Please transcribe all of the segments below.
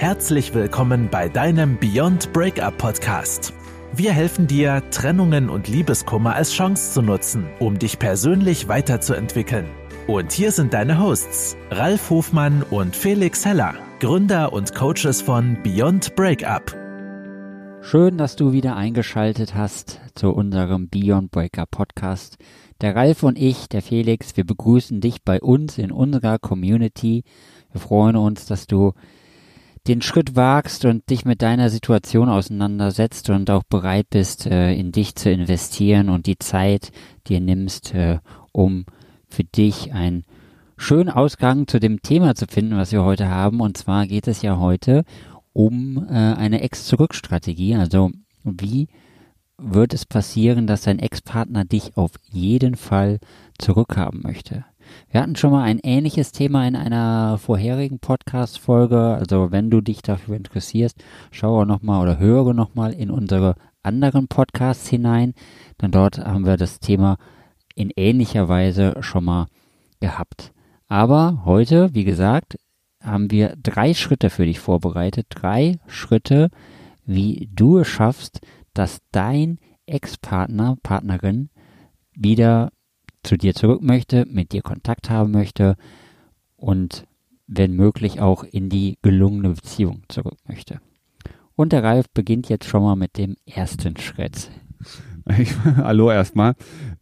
Herzlich willkommen bei deinem Beyond Breakup Podcast. Wir helfen dir, Trennungen und Liebeskummer als Chance zu nutzen, um dich persönlich weiterzuentwickeln. Und hier sind deine Hosts, Ralf Hofmann und Felix Heller, Gründer und Coaches von Beyond Breakup. Schön, dass du wieder eingeschaltet hast zu unserem Beyond Breakup Podcast. Der Ralf und ich, der Felix, wir begrüßen dich bei uns in unserer Community. Wir freuen uns, dass du den Schritt wagst und dich mit deiner Situation auseinandersetzt und auch bereit bist, in dich zu investieren und die Zeit dir nimmst, um für dich einen schönen Ausgang zu dem Thema zu finden, was wir heute haben. Und zwar geht es ja heute um eine Ex-Zurück-Strategie. Also wie wird es passieren, dass dein Ex-Partner dich auf jeden Fall zurückhaben möchte? Wir hatten schon mal ein ähnliches Thema in einer vorherigen Podcast-Folge. Also wenn du dich dafür interessierst, schau nochmal oder höre nochmal in unsere anderen Podcasts hinein. Denn dort haben wir das Thema in ähnlicher Weise schon mal gehabt. Aber heute, wie gesagt, haben wir 3 Schritte für dich vorbereitet. 3 Schritte, wie du es schaffst, dass dein Ex-Partner, Partnerin wieder zu dir zurück möchte, mit dir Kontakt haben möchte und wenn möglich auch in die gelungene Beziehung zurück möchte. Und der Ralf beginnt jetzt schon mal mit dem ersten Schritt. Hallo erstmal.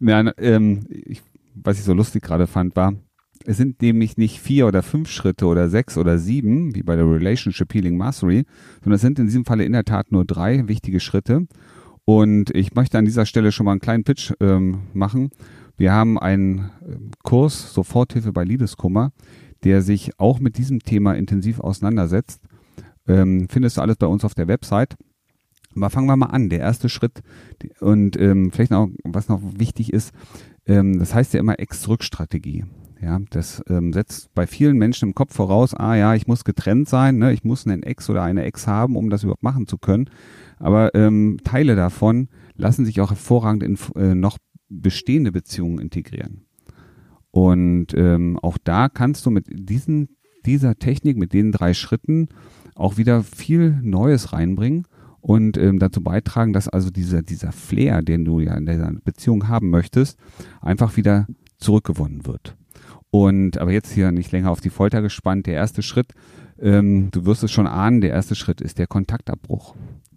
Was ich so lustig gerade fand, war, es sind nämlich nicht 4 oder 5 Schritte oder 6 oder 7, wie bei der Relationship Healing Mastery, sondern es sind in diesem Falle in der Tat nur 3 wichtige Schritte. Und ich möchte an dieser Stelle schon mal einen kleinen Pitch machen. Wir haben einen Kurs Soforthilfe bei Liebeskummer, der sich auch mit diesem Thema intensiv auseinandersetzt. Findest du alles bei uns auf der Website. Aber fangen wir mal an. Der erste Schritt und vielleicht noch, was noch wichtig ist, das heißt ja immer Ex-Zurück-Strategie. Ja, das setzt bei vielen Menschen im Kopf voraus, ich muss getrennt sein, ne? Ich muss einen Ex oder eine Ex haben, um das überhaupt machen zu können. Aber Teile davon lassen sich auch hervorragend in noch bestehende Beziehungen integrieren. Und auch da kannst du mit dieser Technik, mit den 3 Schritten auch wieder viel Neues reinbringen und dazu beitragen, dass also dieser Flair, den du ja in der Beziehung haben möchtest, einfach wieder zurückgewonnen wird. Aber jetzt hier nicht länger auf die Folter gespannt. Der erste Schritt, du wirst es schon ahnen, der erste Schritt ist der Kontaktabbruch.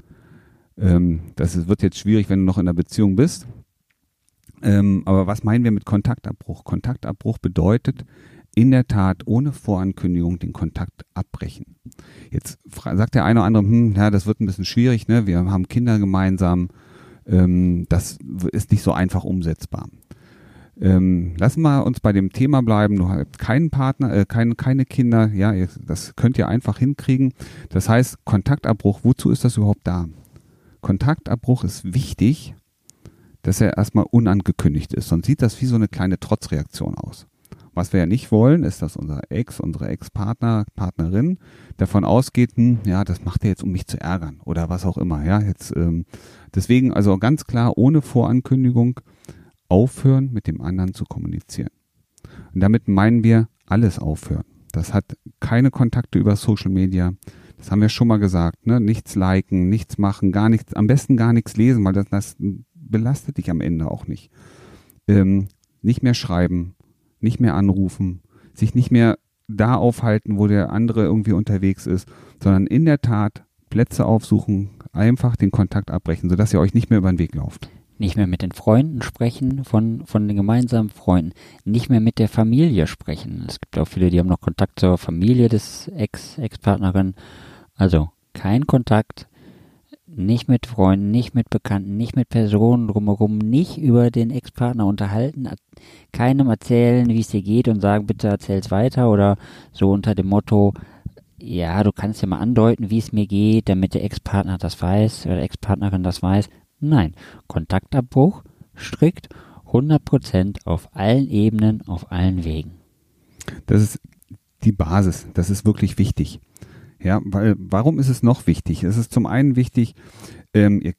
Das wird jetzt schwierig, wenn du noch in einer Beziehung bist. Aber was meinen wir mit Kontaktabbruch? Kontaktabbruch bedeutet in der Tat ohne Vorankündigung den Kontakt abbrechen. Jetzt sagt der eine oder andere, das wird ein bisschen schwierig, ne? Wir haben Kinder gemeinsam, das ist nicht so einfach umsetzbar. Lassen wir uns bei dem Thema bleiben. Du hast keinen Partner, keine Kinder, ja, das könnt ihr einfach hinkriegen. Das heißt, Kontaktabbruch, wozu ist das überhaupt da? Kontaktabbruch ist wichtig, dass er erstmal unangekündigt ist. Sonst sieht das wie so eine kleine Trotzreaktion aus. Was wir ja nicht wollen, ist, dass unsere Ex-Partner, Partnerin davon ausgeht, das macht er jetzt, um mich zu ärgern oder was auch immer. Ja, deswegen also ganz klar ohne Vorankündigung aufhören, mit dem anderen zu kommunizieren. Und damit meinen wir alles aufhören. Das hat keine Kontakte über Social Media. Das haben wir schon mal gesagt. Ne? Nichts liken, nichts machen, gar nichts, am besten gar nichts lesen, weil das belastet dich am Ende auch nicht. Nicht mehr schreiben, nicht mehr anrufen, sich nicht mehr da aufhalten, wo der andere irgendwie unterwegs ist, sondern in der Tat Plätze aufsuchen, einfach den Kontakt abbrechen, sodass ihr euch nicht mehr über den Weg lauft. Nicht mehr mit den Freunden sprechen, von den gemeinsamen Freunden. Nicht mehr mit der Familie sprechen. Es gibt auch viele, die haben noch Kontakt zur Familie des Ex-Partnerin. Also kein Kontakt, nicht mit Freunden, nicht mit Bekannten, nicht mit Personen drumherum, nicht über den Ex-Partner unterhalten, keinem erzählen, wie es dir geht und sagen, bitte erzähl's weiter oder so unter dem Motto, ja, du kannst ja mal andeuten, wie es mir geht, damit der Ex-Partner das weiß oder Ex-Partnerin das weiß. Nein, Kontaktabbruch, strikt, 100% auf allen Ebenen, auf allen Wegen. Das ist die Basis, das ist wirklich wichtig. Ja, weil, warum ist es noch wichtig? Es ist zum einen wichtig, ihr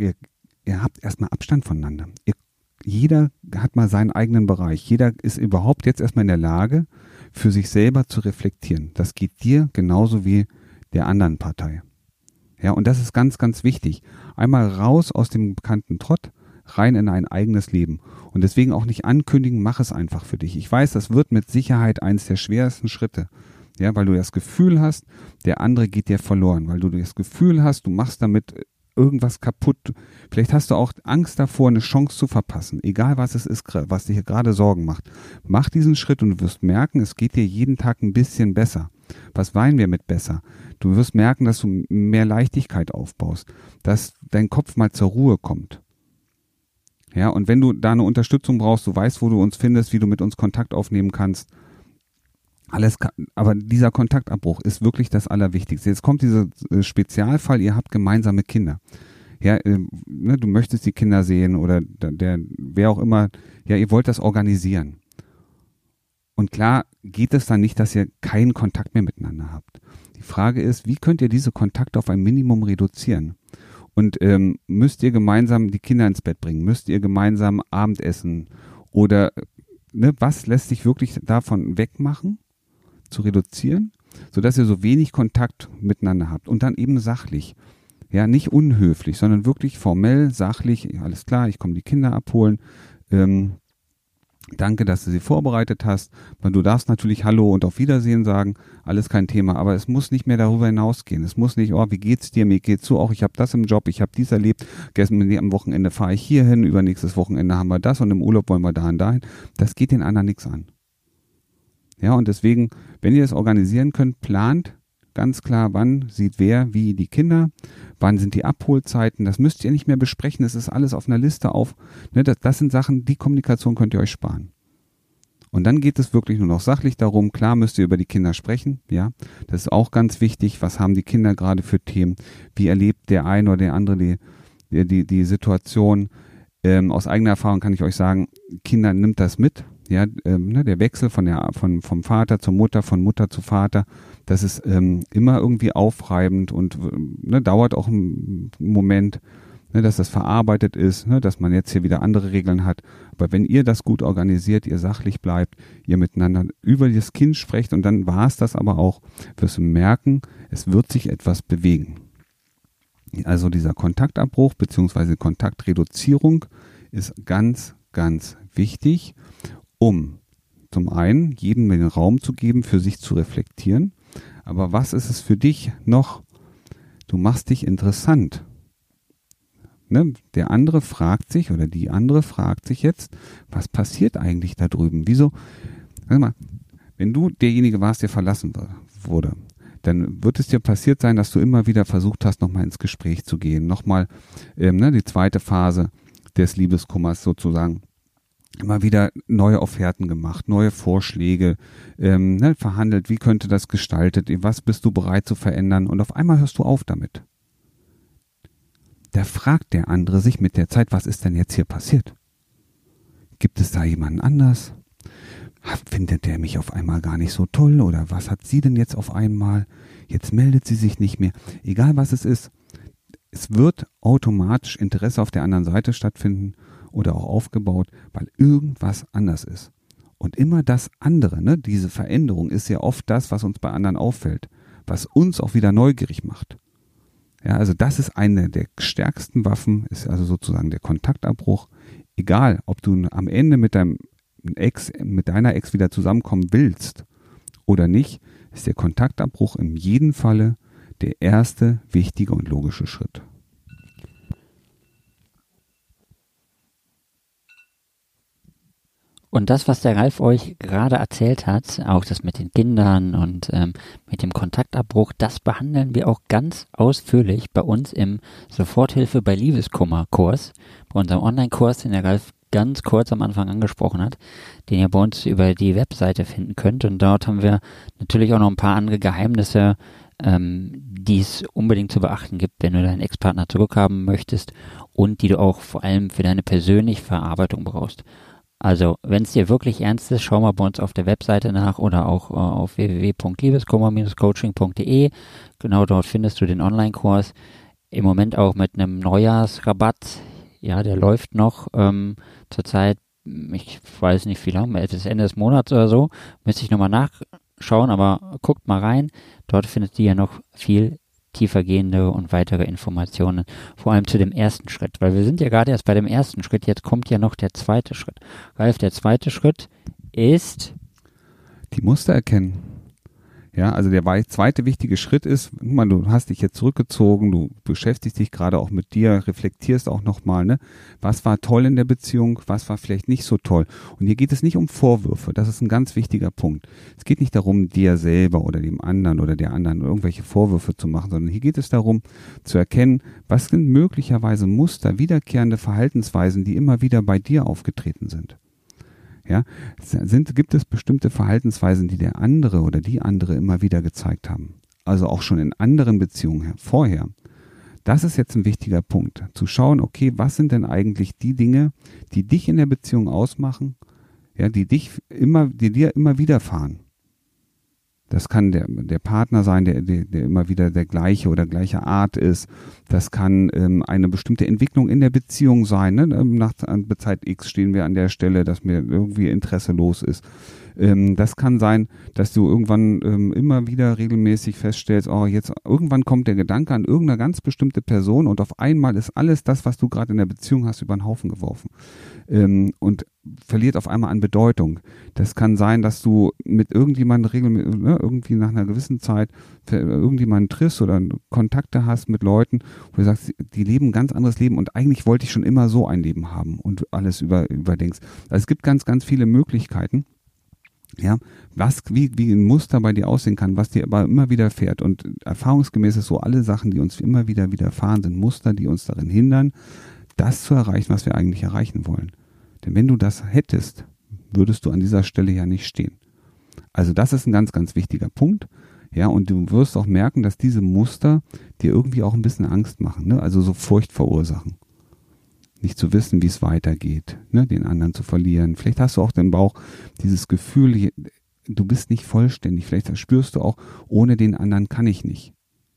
habt erstmal Abstand voneinander. Jeder hat mal seinen eigenen Bereich. Jeder ist überhaupt jetzt erstmal in der Lage, für sich selber zu reflektieren. Das geht dir genauso wie der anderen Partei. Ja, und das ist ganz, ganz wichtig. Einmal raus aus dem bekannten Trott, rein in ein eigenes Leben. Und deswegen auch nicht ankündigen, mach es einfach für dich. Ich weiß, das wird mit Sicherheit eines der schwersten Schritte. Ja, weil du das Gefühl hast, der andere geht dir verloren, weil du das Gefühl hast, du machst damit irgendwas kaputt. Vielleicht hast du auch Angst davor, eine Chance zu verpassen, egal was es ist, was dir hier gerade Sorgen macht. Mach diesen Schritt und du wirst merken, es geht dir jeden Tag ein bisschen besser. Was meinen wir mit besser? Du wirst merken, dass du mehr Leichtigkeit aufbaust, dass dein Kopf mal zur Ruhe kommt. Ja, und wenn du da eine Unterstützung brauchst, du weißt, wo du uns findest, wie du mit uns Kontakt aufnehmen kannst. Aber dieser Kontaktabbruch ist wirklich das Allerwichtigste. Jetzt kommt dieser Spezialfall, ihr habt gemeinsame Kinder. Ja, du möchtest die Kinder sehen oder wer auch immer, ja, ihr wollt das organisieren. Und klar geht es dann nicht, dass ihr keinen Kontakt mehr miteinander habt. Die Frage ist, wie könnt ihr diese Kontakte auf ein Minimum reduzieren? Und müsst ihr gemeinsam die Kinder ins Bett bringen? Müsst ihr gemeinsam Abendessen? Oder was lässt sich wirklich davon wegmachen, zu reduzieren, sodass ihr so wenig Kontakt miteinander habt? Und dann eben sachlich. Ja, nicht unhöflich, sondern wirklich formell, sachlich. Ja, alles klar, ich komme die Kinder abholen. Danke, dass du sie vorbereitet hast. Du darfst natürlich Hallo und auf Wiedersehen sagen, alles kein Thema, aber es muss nicht mehr darüber hinausgehen. Es muss nicht, oh, wie geht's dir, mir geht's so, auch ich habe das im Job, ich habe dies erlebt, gestern am Wochenende fahre ich hier hin, übernächstes Wochenende haben wir das und im Urlaub wollen wir da und dahin. Das geht den anderen nichts an. Ja, und deswegen, wenn ihr das organisieren könnt, plant ganz klar, wann sieht wer wie die Kinder, wann sind die Abholzeiten, das müsst ihr nicht mehr besprechen, das ist alles auf einer Liste auf. Das sind Sachen, die Kommunikation könnt ihr euch sparen. Und dann geht es wirklich nur noch sachlich darum, klar müsst ihr über die Kinder sprechen, ja, das ist auch ganz wichtig, was haben die Kinder gerade für Themen, wie erlebt der eine oder der andere die Situation, aus eigener Erfahrung kann ich euch sagen, Kinder nimmt das mit, ja, der Wechsel vom Vater zur Mutter, von Mutter zu Vater, das ist immer irgendwie aufreibend und dauert auch einen Moment, dass das verarbeitet ist, dass man jetzt hier wieder andere Regeln hat. Aber wenn ihr das gut organisiert, ihr sachlich bleibt, ihr miteinander über das Kind sprecht und dann war es das aber auch, wirst du merken, es wird sich etwas bewegen. Also dieser Kontaktabbruch bzw. Kontaktreduzierung ist ganz, ganz wichtig, um zum einen jedem den Raum zu geben, für sich zu reflektieren. Aber was ist es für dich noch? Du machst dich interessant. Der andere fragt sich oder die andere fragt sich jetzt, was passiert eigentlich da drüben? Wieso? Sag mal, wenn du derjenige warst, der verlassen wurde, dann wird es dir passiert sein, dass du immer wieder versucht hast, nochmal ins Gespräch zu gehen, nochmal die zweite Phase des Liebeskummers sozusagen, immer wieder neue Offerten gemacht, neue Vorschläge, verhandelt, wie könnte das gestaltet, was bist du bereit zu verändern und auf einmal hörst du auf damit. Da fragt der andere sich mit der Zeit, was ist denn jetzt hier passiert? Gibt es da jemanden anders? Findet der mich auf einmal gar nicht so toll oder was hat sie denn jetzt auf einmal? Jetzt meldet sie sich nicht mehr. Egal was es ist, es wird automatisch Interesse auf der anderen Seite stattfinden oder auch aufgebaut, weil irgendwas anders ist. Und immer das andere, diese Veränderung ist ja oft das, was uns bei anderen auffällt, was uns auch wieder neugierig macht. Ja, also das ist eine der stärksten Waffen, ist also sozusagen der Kontaktabbruch. Egal, ob du am Ende mit deiner Ex wieder zusammenkommen willst oder nicht, ist der Kontaktabbruch in jedem Falle der erste wichtige und logische Schritt. Und das, was der Ralf euch gerade erzählt hat, auch das mit den Kindern und mit dem Kontaktabbruch, das behandeln wir auch ganz ausführlich bei uns im Soforthilfe bei Liebeskummer-Kurs, bei unserem Online-Kurs, den der Ralf ganz kurz am Anfang angesprochen hat, den ihr bei uns über die Webseite finden könnt. Und dort haben wir natürlich auch noch ein paar andere Geheimnisse, die es unbedingt zu beachten gibt, wenn du deinen Ex-Partner zurückhaben möchtest und die du auch vor allem für deine persönliche Verarbeitung brauchst. Also, wenn es dir wirklich ernst ist, schau mal bei uns auf der Webseite nach oder auch auf www.liebeskummer-coaching.de. Genau dort findest du den Online-Kurs. Im Moment auch mit einem Neujahrsrabatt. Ja, der läuft noch zurzeit, ich weiß nicht wie lange, bis Ende des Monats oder so. Müsste ich nochmal schauen, aber guckt mal rein. Dort findet ihr ja noch viel tiefergehende und weitere Informationen, vor allem zu dem ersten Schritt, weil wir sind ja gerade erst bei dem ersten Schritt, jetzt kommt ja noch der zweite Schritt. Ralf, der zweite Schritt ist die Muster erkennen. Ja, also der zweite wichtige Schritt ist, guck mal, du hast dich jetzt zurückgezogen, du beschäftigst dich gerade auch mit dir, reflektierst auch nochmal, ne? Was war toll in der Beziehung, was war vielleicht nicht so toll? Und hier geht es nicht um Vorwürfe, das ist ein ganz wichtiger Punkt. Es geht nicht darum, dir selber oder dem anderen oder der anderen irgendwelche Vorwürfe zu machen, sondern hier geht es darum, zu erkennen, was sind möglicherweise Muster, wiederkehrende Verhaltensweisen, die immer wieder bei dir aufgetreten sind. Ja, gibt es bestimmte Verhaltensweisen, die der andere oder die andere immer wieder gezeigt haben? Also auch schon in anderen Beziehungen vorher. Das ist jetzt ein wichtiger Punkt. Zu schauen, okay, was sind denn eigentlich die Dinge, die dich in der Beziehung ausmachen, ja, die dir immer widerfahren? Das kann der Partner sein, der immer wieder der gleiche oder gleicher Art ist. Das kann eine bestimmte Entwicklung in der Beziehung sein. Ne? Nach Zeit X stehen wir an der Stelle, dass mir irgendwie Interesse los ist. Das kann sein, dass du irgendwann immer wieder regelmäßig feststellst, oh, jetzt irgendwann kommt der Gedanke an irgendeine ganz bestimmte Person und auf einmal ist alles das, was du gerade in der Beziehung hast, über den Haufen geworfen. Und verliert auf einmal an Bedeutung. Das kann sein, dass du mit irgendjemandem regelmäßig, ne, irgendwie nach einer gewissen Zeit irgendjemanden triffst oder Kontakte hast mit Leuten, wo du sagst, die leben ein ganz anderes Leben und eigentlich wollte ich schon immer so ein Leben haben und alles überdenkst. Also es gibt ganz, ganz viele Möglichkeiten. Ja, wie ein Muster bei dir aussehen kann, was dir aber immer wieder fährt. Und erfahrungsgemäß ist so, alle Sachen, die uns immer wieder widerfahren, sind Muster, die uns darin hindern, das zu erreichen, was wir eigentlich erreichen wollen. Denn wenn du das hättest, würdest du an dieser Stelle ja nicht stehen. Also das ist ein ganz, ganz wichtiger Punkt. Ja, und du wirst auch merken, dass diese Muster dir irgendwie auch ein bisschen Angst machen, ne? Also so Furcht verursachen. Nicht zu wissen, wie es weitergeht, ne? Den anderen zu verlieren. Vielleicht hast du auch im Bauch dieses Gefühl, du bist nicht vollständig. Vielleicht spürst du auch, ohne den anderen kann ich nicht.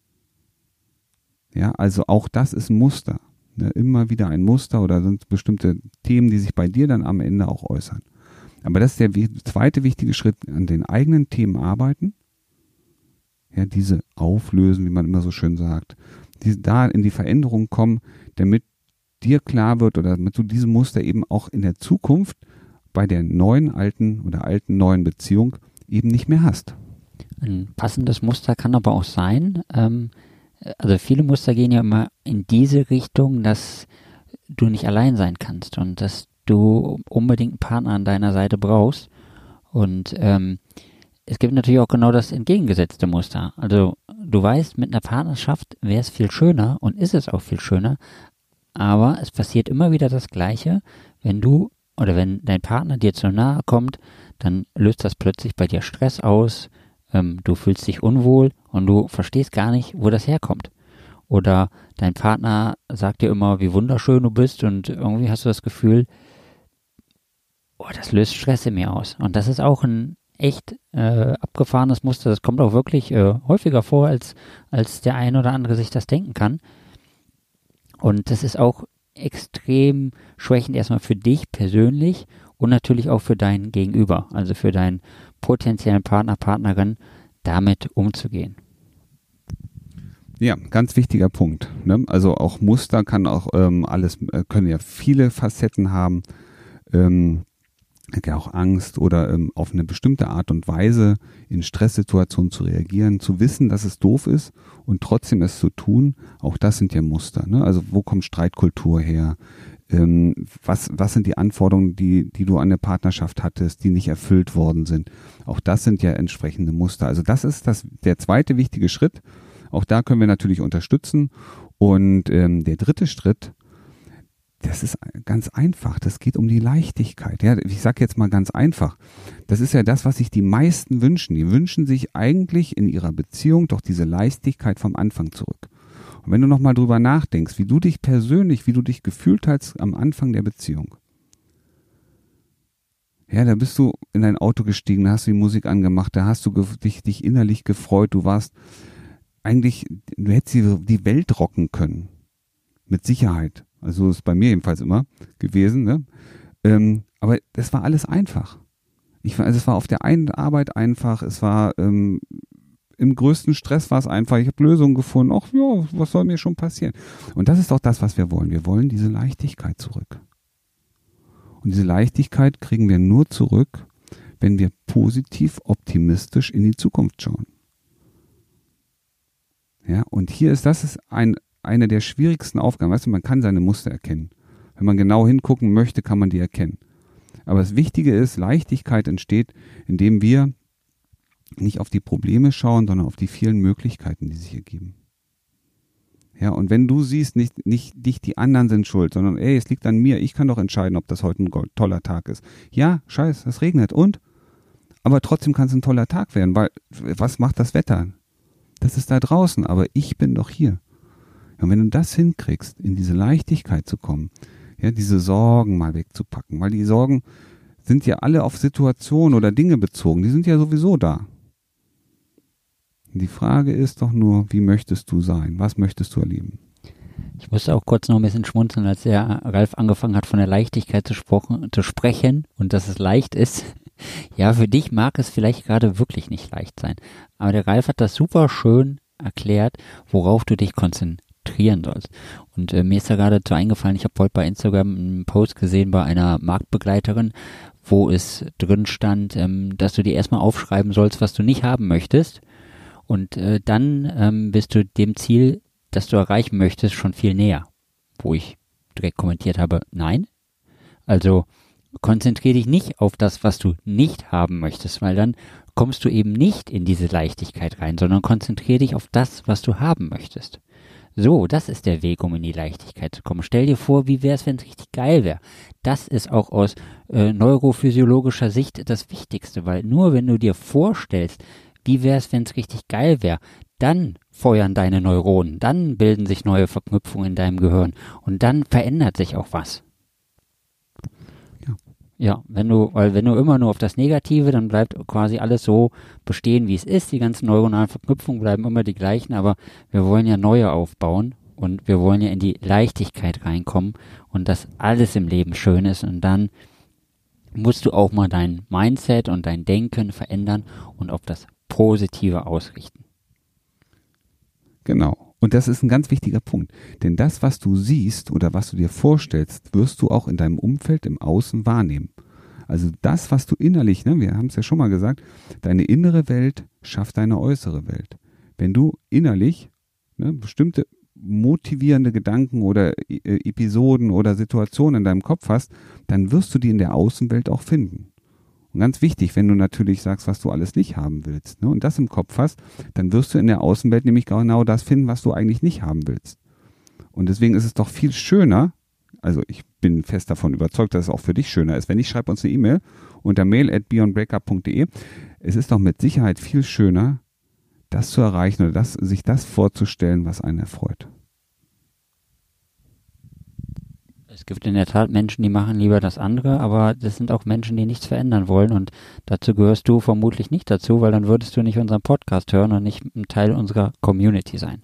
Ja, also auch das ist ein Muster. Ne? Immer wieder ein Muster oder sind bestimmte Themen, die sich bei dir dann am Ende auch äußern. Aber das ist der zweite wichtige Schritt, an den eigenen Themen arbeiten. Ja, diese auflösen, wie man immer so schön sagt. Da in die Veränderung kommen, damit dir klar wird oder damit du diese Muster eben auch in der Zukunft bei der neuen alten Beziehung eben nicht mehr hast. Ein passendes Muster kann aber auch sein, also viele Muster gehen ja immer in diese Richtung, dass du nicht allein sein kannst und dass du unbedingt einen Partner an deiner Seite brauchst. Und es gibt natürlich auch genau das entgegengesetzte Muster. Also du weißt, mit einer Partnerschaft wäre es viel schöner und ist es auch viel schöner, aber es passiert immer wieder das Gleiche, wenn dein Partner dir zu nahe kommt, dann löst das plötzlich bei dir Stress aus, du fühlst dich unwohl und du verstehst gar nicht, wo das herkommt. Oder dein Partner sagt dir immer, wie wunderschön du bist und irgendwie hast du das Gefühl, oh, das löst Stress in mir aus. Und das ist auch ein echt abgefahrenes Muster. Das kommt auch wirklich häufiger vor, als der ein oder andere sich das denken kann. Und das ist auch extrem schwächend erstmal für dich persönlich und natürlich auch für dein Gegenüber, also für deinen potenziellen Partner, Partnerin, damit umzugehen. Ja, ganz wichtiger Punkt. Ne? Also auch Muster können ja viele Facetten haben. Ja, auch Angst oder auf eine bestimmte Art und Weise in Stresssituationen zu reagieren, zu wissen, dass es doof ist und trotzdem es zu tun, auch das sind ja Muster. Ne? Also wo kommt Streitkultur her? Was sind die Anforderungen, die du an der Partnerschaft hattest, die nicht erfüllt worden sind? Auch das sind ja entsprechende Muster. Also das ist der zweite wichtige Schritt. Auch da können wir natürlich unterstützen. Und der dritte Schritt, das ist ganz einfach. Das geht um die Leichtigkeit. Ja, ich sage jetzt mal ganz einfach. Das ist ja das, was sich die meisten wünschen. Die wünschen sich eigentlich in ihrer Beziehung doch diese Leichtigkeit vom Anfang zurück. Und wenn du nochmal drüber nachdenkst, wie du dich gefühlt hast am Anfang der Beziehung. Ja, da bist du in dein Auto gestiegen, da hast du die Musik angemacht, da hast du dich innerlich gefreut. Du hättest die Welt rocken können. Mit Sicherheit. Also ist bei mir jedenfalls immer gewesen. Ne? Aber das war alles einfach. Es war auf der einen Arbeit einfach, es war im größten Stress war es einfach, ich habe Lösungen gefunden, ach ja, was soll mir schon passieren? Und das ist doch das, was wir wollen. Wir wollen diese Leichtigkeit zurück. Und diese Leichtigkeit kriegen wir nur zurück, wenn wir positiv, optimistisch in die Zukunft schauen. Ja, und das ist eine der schwierigsten Aufgaben. Weißt du, man kann seine Muster erkennen. Wenn man genau hingucken möchte, kann man die erkennen. Aber das Wichtige ist, Leichtigkeit entsteht, indem wir nicht auf die Probleme schauen, sondern auf die vielen Möglichkeiten, die sich ergeben. Ja, und wenn du siehst, nicht die anderen sind schuld, sondern es liegt an mir, ich kann doch entscheiden, ob das heute ein toller Tag ist. Ja, scheiße, es regnet aber trotzdem kann es ein toller Tag werden, weil was macht das Wetter? Das ist da draußen, aber ich bin doch hier. Und wenn du das hinkriegst, in diese Leichtigkeit zu kommen, ja, diese Sorgen mal wegzupacken, weil die Sorgen sind ja alle auf Situationen oder Dinge bezogen, die sind ja sowieso da. Die Frage ist doch nur, wie möchtest du sein? Was möchtest du erleben? Ich musste auch kurz noch ein bisschen schmunzeln, als der Ralf angefangen hat, von der Leichtigkeit zu sprechen und dass es leicht ist. Ja, für dich mag es vielleicht gerade wirklich nicht leicht sein. Aber der Ralf hat das super schön erklärt, worauf du dich konzentrieren sollst. Und mir ist da gerade so eingefallen, ich habe heute bei Instagram einen Post gesehen bei einer Marktbegleiterin, wo es drin stand, dass du dir erstmal aufschreiben sollst, was du nicht haben möchtest. Und dann bist du dem Ziel, das du erreichen möchtest, schon viel näher. Wo ich direkt kommentiert habe, nein. Also konzentriere dich nicht auf das, was du nicht haben möchtest, weil dann kommst du eben nicht in diese Leichtigkeit rein, sondern konzentriere dich auf das, was du haben möchtest. So, das ist der Weg, um in die Leichtigkeit zu kommen. Stell dir vor, wie wäre es, wenn es richtig geil wäre. Das ist auch aus neurophysiologischer Sicht das Wichtigste, weil nur wenn du dir vorstellst, wie wäre es, wenn es richtig geil wäre, dann feuern deine Neuronen, dann bilden sich neue Verknüpfungen in deinem Gehirn und dann verändert sich auch was. Ja, wenn du immer nur auf das Negative, dann bleibt quasi alles so bestehen, wie es ist. Die ganzen neuronalen Verknüpfungen bleiben immer die gleichen, aber wir wollen ja neue aufbauen und wir wollen ja in die Leichtigkeit reinkommen und dass alles im Leben schön ist und dann musst du auch mal dein Mindset und dein Denken verändern und auf das Positive ausrichten. Genau. Und das ist ein ganz wichtiger Punkt. Denn das, was du siehst oder was du dir vorstellst, wirst du auch in deinem Umfeld im Außen wahrnehmen. Also das, was du innerlich, wir haben es ja schon mal gesagt, deine innere Welt schafft deine äußere Welt. Wenn du innerlich bestimmte motivierende Gedanken oder Episoden oder Situationen in deinem Kopf hast, dann wirst du die in der Außenwelt auch finden. Und ganz wichtig, wenn du natürlich sagst, was du alles nicht haben willst, und das im Kopf hast, dann wirst du in der Außenwelt nämlich genau das finden, was du eigentlich nicht haben willst. Und deswegen ist es doch viel schöner, also ich bin fest davon überzeugt, dass es auch für dich schöner ist, wenn nicht, schreib uns eine E-Mail unter mail@beyondbreakup.de. Es ist doch mit Sicherheit viel schöner, das zu erreichen oder sich das vorzustellen, was einen erfreut. Es gibt in der Tat Menschen, die machen lieber das andere, aber das sind auch Menschen, die nichts verändern wollen und dazu gehörst du vermutlich nicht dazu, weil dann würdest du nicht unseren Podcast hören und nicht ein Teil unserer Community sein.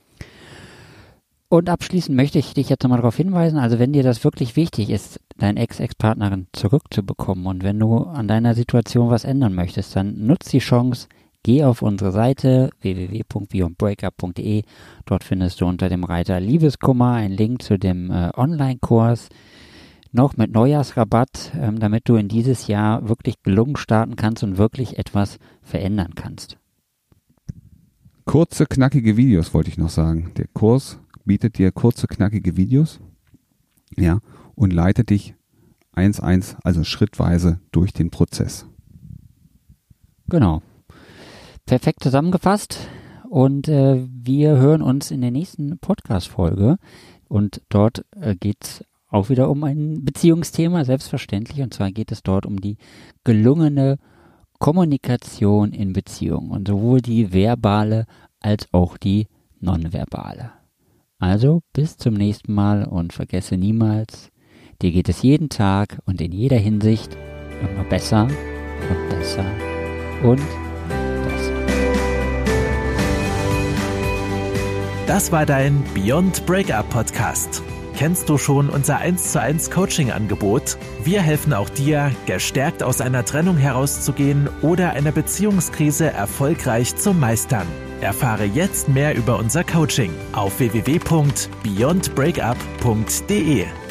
Und abschließend möchte ich dich jetzt nochmal darauf hinweisen, also wenn dir das wirklich wichtig ist, deine Ex-Partnerin zurückzubekommen und wenn du an deiner Situation was ändern möchtest, dann nutz die Chance, geh auf unsere Seite www.beyondbreakup.de. Dort findest du unter dem Reiter Liebeskummer einen Link zu dem Online-Kurs, noch mit Neujahrsrabatt, damit du in dieses Jahr wirklich gelungen starten kannst und wirklich etwas verändern kannst. Kurze, knackige Videos wollte ich noch sagen. Der Kurs bietet dir kurze, knackige Videos, und leitet dich 1-1, also schrittweise durch den Prozess. Genau. Perfekt zusammengefasst und wir hören uns in der nächsten Podcast-Folge und dort geht es auch wieder um ein Beziehungsthema, selbstverständlich, und zwar geht es dort um die gelungene Kommunikation in Beziehungen und sowohl die verbale als auch die nonverbale. Also bis zum nächsten Mal und vergesse niemals, dir geht es jeden Tag und in jeder Hinsicht immer besser und besser und das war dein Beyond Breakup Podcast. Kennst du schon unser 1:1 Coaching-Angebot? Wir helfen auch dir, gestärkt aus einer Trennung herauszugehen oder eine Beziehungskrise erfolgreich zu meistern. Erfahre jetzt mehr über unser Coaching auf www.beyondbreakup.de.